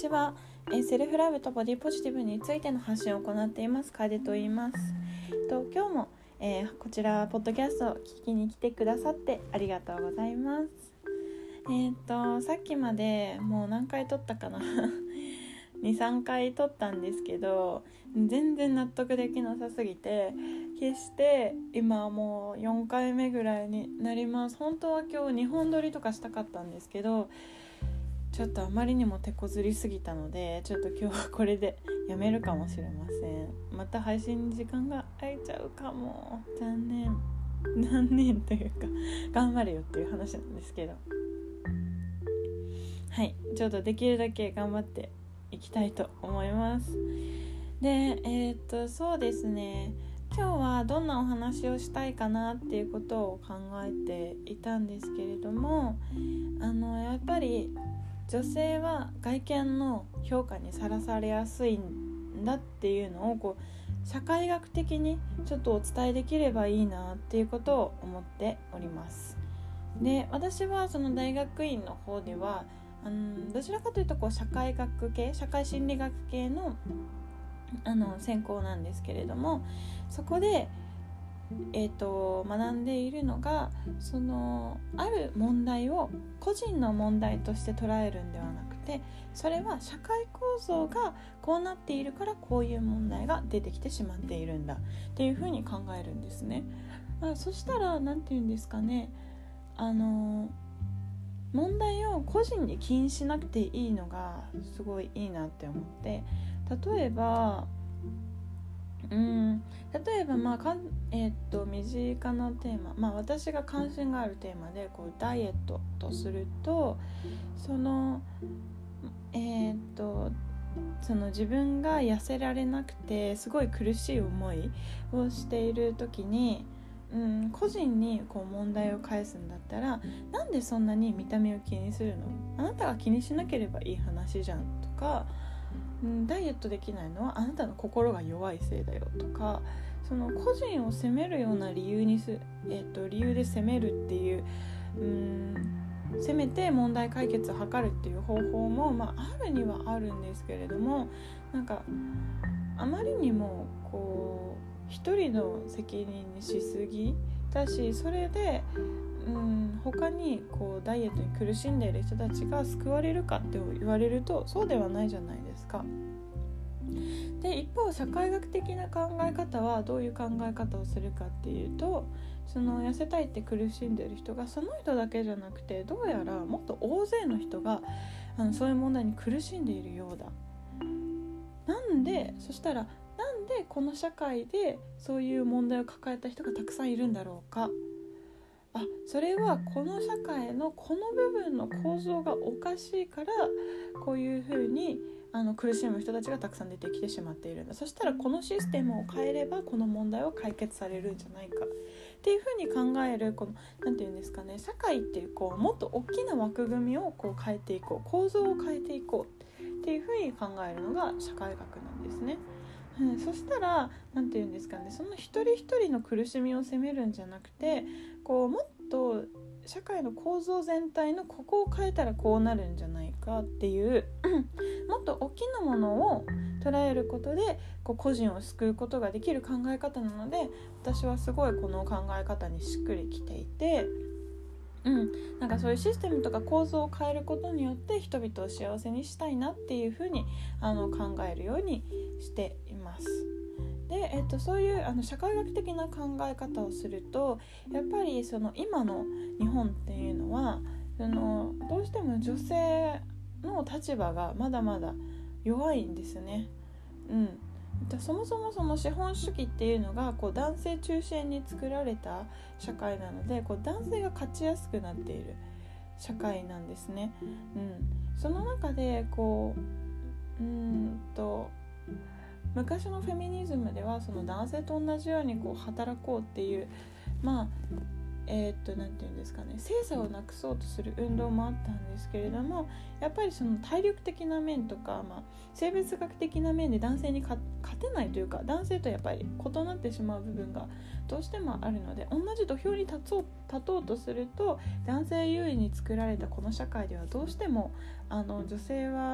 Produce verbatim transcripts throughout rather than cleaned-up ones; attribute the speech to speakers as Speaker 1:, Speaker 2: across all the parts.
Speaker 1: ちは。セルフラブとボディポジティブについての発信を行っています楓と言います。と今日も、えー、こちらポッドキャストを聞きに来てくださってありがとうございます。えー、っとさっきまでもう何回撮ったかなにさんかい撮ったんですけど、全然納得できなさすぎて消して今もうよんかいめぐらいになります。本当は今日にほん撮りとかしたかったんですけど、ちょっとあまりにも手こずりすぎたので、ちょっと今日はこれでやめるかもしれません。また配信に時間が空いちゃうかも。残念残念というか頑張れよっていう話なんですけど、はいちょっとできるだけ頑張っていきたいと思います。でえー、っとそうですね、今日はどんなお話をしたいかなっていうことを考えていたんですけれども、あのやっぱり女性は外見の評価にさらされやすいんだっていうのをこう社会学的にちょっとお伝えできればいいなっていうことを思っております。で私はその大学院の方ではあのどちらかというとこう社会学系社会心理学系のあの専攻なんですけれども、そこでえー、と学んでいるのが、そのある問題を個人の問題として捉えるんではなくて、それは社会構造がこうなっているからこういう問題が出てきてしまっているんだっていうふうに考えるんですね。あ、そしたらなんていうんですかね、あの問題を個人に起因しなくていいのがすごいいいなって思って、例えばうん例えば、まあかんえー、っと身近なテーマ、まあ、私が関心があるテーマでこうダイエットとすると、そのえー、っとその自分が痩せられなくてすごい苦しい思いをしている時に、うん、個人にこう問題を返すんだったら、なんでそんなに見た目を気にするの？あなたが気にしなければいい話じゃんとか、ダイエットできないのはあなたの心が弱いせいだよとか、その個人を責めるような理由にす、えー、と理由で責めるっていう、うーん責めて問題解決を図るっていう方法も、まあ、あるにはあるんですけれども、なんかあまりにもこう一人の責任にしすぎだし、それでうん他にこうダイエットに苦しんでいる人たちが救われるかって言われるとそうではないじゃないですか。で一方社会学的な考え方はどういう考え方をするかっていうと、その痩せたいって苦しんでいる人がその人だけじゃなくて、どうやらもっと大勢の人があのそういう問題に苦しんでいるようだ。なんでそしたらなんでこの社会でそういう問題を抱えた人がたくさんいるんだろうか。あ、それはこの社会のこの部分の構造がおかしいから、こういうふうにあの苦しむ人たちがたくさん出てきてしまっているんだ。そしたらこのシステムを変えればこの問題は解決されるんじゃないかっていうふうに考える、このなんていうんですかね、社会っていうこうもっと大きな枠組みをこう変えていこう、構造を変えていこうっていうふうに考えるのが社会学なんですね。うん、そしたらなんていうんですかね、その一人一人の苦しみを責めるんじゃなくて、こうもっと社会の構造全体のここを変えたらこうなるんじゃないかっていうもっと大きなものを捉えることでこう個人を救うことができる考え方なので、私はすごいこの考え方にしっくりきていて、うん、なんかそういうシステムとか構造を変えることによって人々を幸せにしたいなっていうふうにあの考えるようにしています。で、えっと、そういうあの社会学的な考え方をすると、やっぱりその今の日本っていうのはそのどうしても女性の立場がまだまだ弱いんですね。うん、そもそもその資本主義っていうのがこう男性中心に作られた社会なので、こう男性が勝ちやすくなっている社会なんですね。うん、その中でこううーんと昔のフェミニズムではその男性と同じようにこう働こうっていうまあえー、っとなんていうんですかね、性差をなくそうとする運動もあったんですけれども、やっぱりその体力的な面とか、まあ、生物学的な面で男性に勝てないというか、男性とやっぱり異なってしまう部分がどうしてもあるので、同じ土俵に立とう、立とうとすると男性優位に作られたこの社会ではどうしてもあの女性は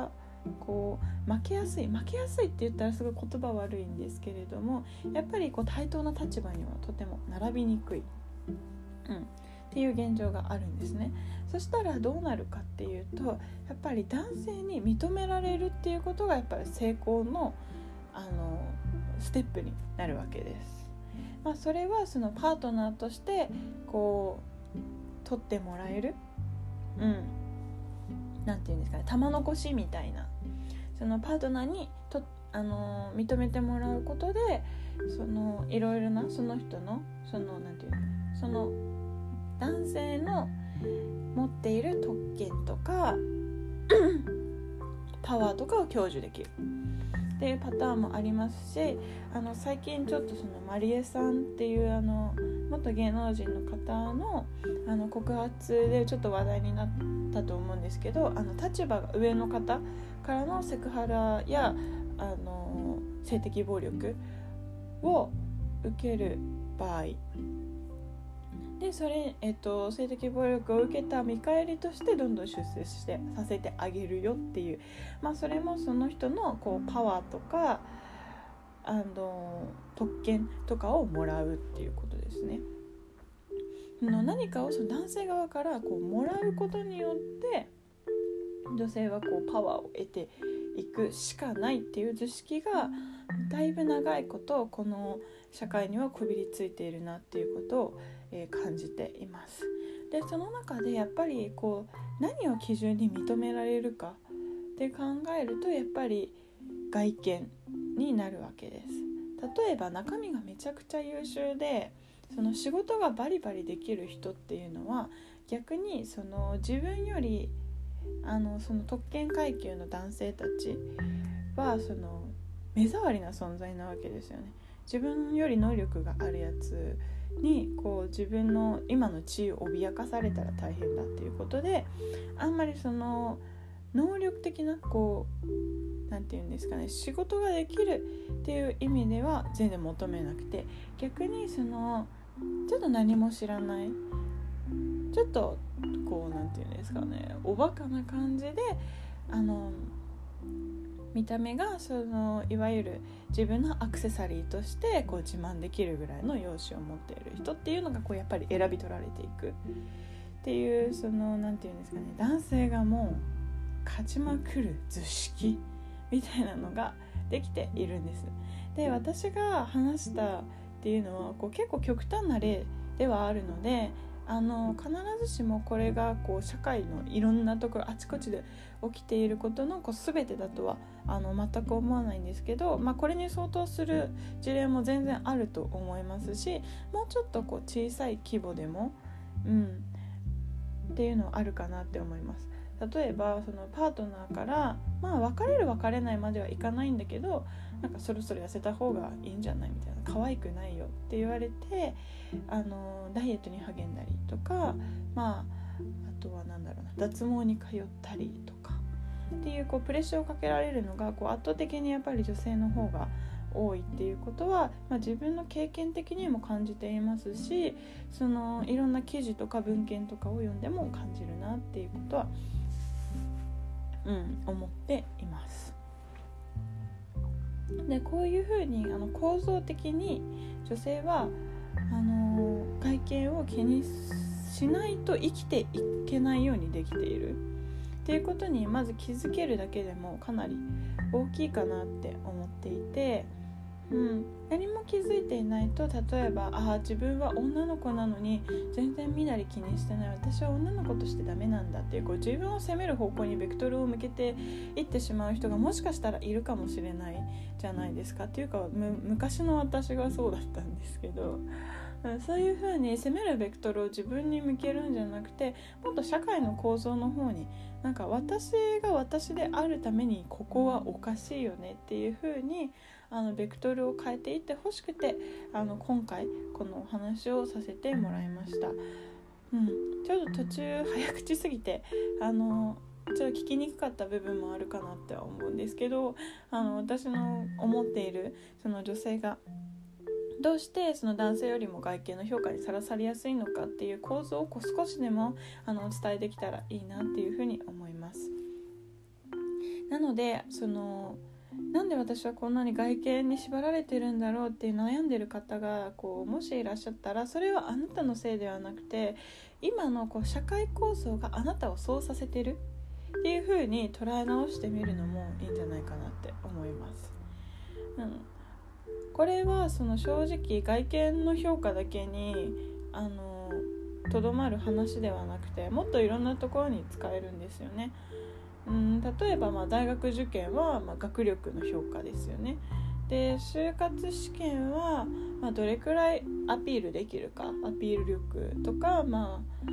Speaker 1: こう負けやすい負けやすいって言ったらすごい言葉悪いんですけれども、やっぱりこう対等な立場にはとても並びにくい、うん、っていう現状があるんですね。そしたらどうなるかっていうと、やっぱり男性に認められるっていうことがやっぱり成功の、あのステップになるわけです。まあ、それはそのパートナーとしてこう取ってもらえる、うん、なんていうんですかね、玉残しみたいな、そのパートナーにと、あの認めてもらうことで、そのいろいろなその人のそのなんていうの、その男性の持っている特権とかパワーとかを享受できるっていうパターンもありますし、あの最近ちょっとそのマリエさんっていうあの元芸能人の方のあの告発でちょっと話題になったと思うんですけど、あの立場が上の方からのセクハラやあの性的暴力を受ける場合で、それ、えっと、性的暴力を受けた見返りとしてどんどん出世してさせてあげるよっていう、まあ、それもその人のこうパワーとかあの特権とかをもらうっていうことですね。の何かをその男性側からこうもらうことによって女性はこうパワーを得ていくしかないっていう図式がだいぶ長いことこの社会にはこびりついているなっていうことを、えー、感じています。でその中でやっぱりこう何を基準に認められるかって考えると、やっぱり外見になるわけです。例えば中身がめちゃくちゃ優秀でその仕事がバリバリできる人っていうのは逆にその自分よりあのその特権階級の男性たちはその目障りな存在なわけですよね。自分より能力があるやつにこう自分の今の地位を脅かされたら大変だっていうことで、あんまりその能力的なこうなんていうんですかね、仕事ができるっていう意味では全然求めなくて、逆にそのちょっと何も知らないちょっとこうなんていうんですかね、おバカな感じであの見た目がそのいわゆる自分のアクセサリーとしてこう自慢できるぐらいの容姿を持っている人っていうのがこうやっぱり選び取られていくっていう、そのなんていうんですかね、男性がもう勝ちまくる図式みたいなのができているんです。で私が話したっていうのはこう結構極端な例ではあるので、あの必ずしもこれがこう社会のいろんなところあちこちで起きていることのこう全てだとはあの全く思わないんですけど、まあ、これに相当する事例も全然あると思いますし、もうちょっとこう小さい規模でも、うん、っていうのはあるかなって思います。例えばそのパートナーからまあ別れる別れないまではいかないんだけど、なんかそろそろ痩せた方がいいんじゃないみたいな、可愛くないよって言われてあのダイエットに励んだりとか、まああとはなんだろうな、脱毛に通ったりとかっていう、こうプレッシャーをかけられるのがこう圧倒的にやっぱり女性の方が多いっていうことは、まあ、自分の経験的にも感じていますし、そのいろんな記事とか文献とかを読んでも感じるなっていうことはうん、思っています。でこういうふうにあの構造的に女性はあの外見を気にしないと生きていけないようにできているっていうことにまず気づけるだけでもかなり大きいかなって思っていて、うん、何も気づいていないと、例えばあ自分は女の子なのに全然身なり気にしてない、私は女の子としてダメなんだっていう、こう自分を責める方向にベクトルを向けていってしまう人がもしかしたらいるかもしれないじゃないですか。っていうかむ昔の私がそうだったんですけど、そういう風に責めるベクトルを自分に向けるんじゃなくて、もっと社会の構造の方になんか私が私であるためにここはおかしいよねっていう風にあのベクトルを変えていってほしくて、あの今回このお話をさせてもらいました。うん、ちょっと途中早口すぎてあのちょっと聞きにくかった部分もあるかなっては思うんですけど、あの私の思っているその女性がどうしてその男性よりも外見の評価にさらされやすいのかっていう構造をこう少しでもあのお伝えできたらいいなっていうふうに思います。 なのでそのなんで私はこんなに外見に縛られてるんだろうっていう悩んでる方がこうもしいらっしゃったら、それはあなたのせいではなくて、今のこう社会構造があなたをそうさせてるっていう風に捉え直してみるのもいいんじゃないかなって思います。うん、これはその正直外見の評価だけにあのとどまる話ではなくて、もっといろんなところに使えるんですよね。うん、例えばまあ大学受験はまあ学力の評価ですよね。で就活試験はまあどれくらいアピールできるか、アピール力とか、まあ、うん、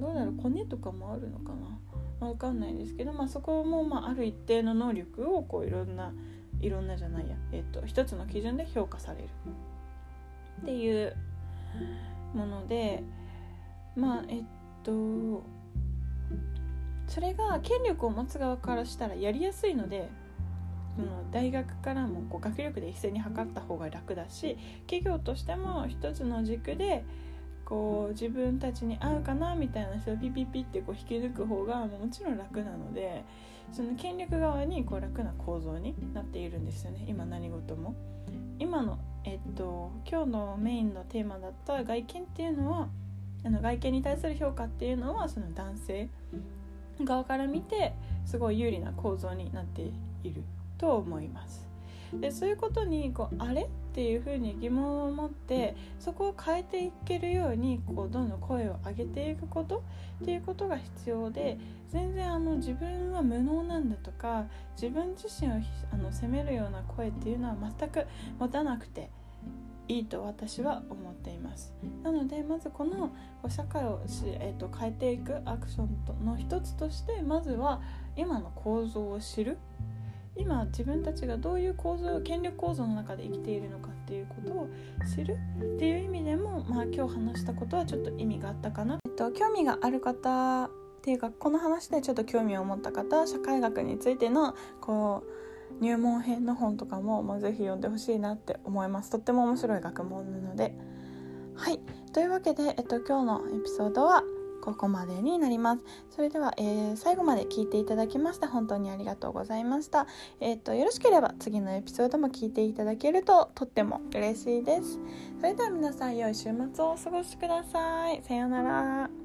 Speaker 1: どうだろう、コネとかもあるのかな、わかんないですけど、まあ、そこもまあある一定の能力をこういろんないろんなじゃないや、えっと、一つの基準で評価されるっていうもので、まあえっとそれが権力を持つ側からしたらやりやすいので、その大学からもこう学力で一斉に測った方が楽だし、企業としても一つの軸でこう自分たちに合うかなみたいな人をピピピってこう引き抜く方がもちろん楽なので、その権力側にこう楽な構造になっているんですよね。今何事も今の、えっと、今日のメインのテーマだった外見っていうのは、あの外見に対する評価っていうのはその男性側から見てすごい有利な構造になっていると思います。でそういうことにこうあれっていうふうに疑問を持って、そこを変えていけるようにこうどんどん声を上げていくことっていうことが必要で、全然あの自分は無能なんだとか自分自身をあの責めるような声っていうのは全く持たなくていいと私は思っています。なのでまずこの社会を、えー、と変えていくアクションの一つとして、まずは今の構造を知る、今自分たちがどういう構造、権力構造の中で生きているのかっていうことを知るっていう意味でも、まあ、今日話したことはちょっと意味があったかな、えっと、興味がある方っていうか、この話でちょっと興味を持った方、社会学についてのこう入門編の本とかも、まあ、ぜひ読んでほしいなって思います。とっても面白い学問なので。はい、というわけで、えっと、今日のエピソードはここまでになります。それでは、えー、最後まで聞いていただきまして本当にありがとうございました。えー、っとよろしければ次のエピソードも聞いていただけるととっても嬉しいです。それでは皆さん良い週末をお過ごしください。さようなら。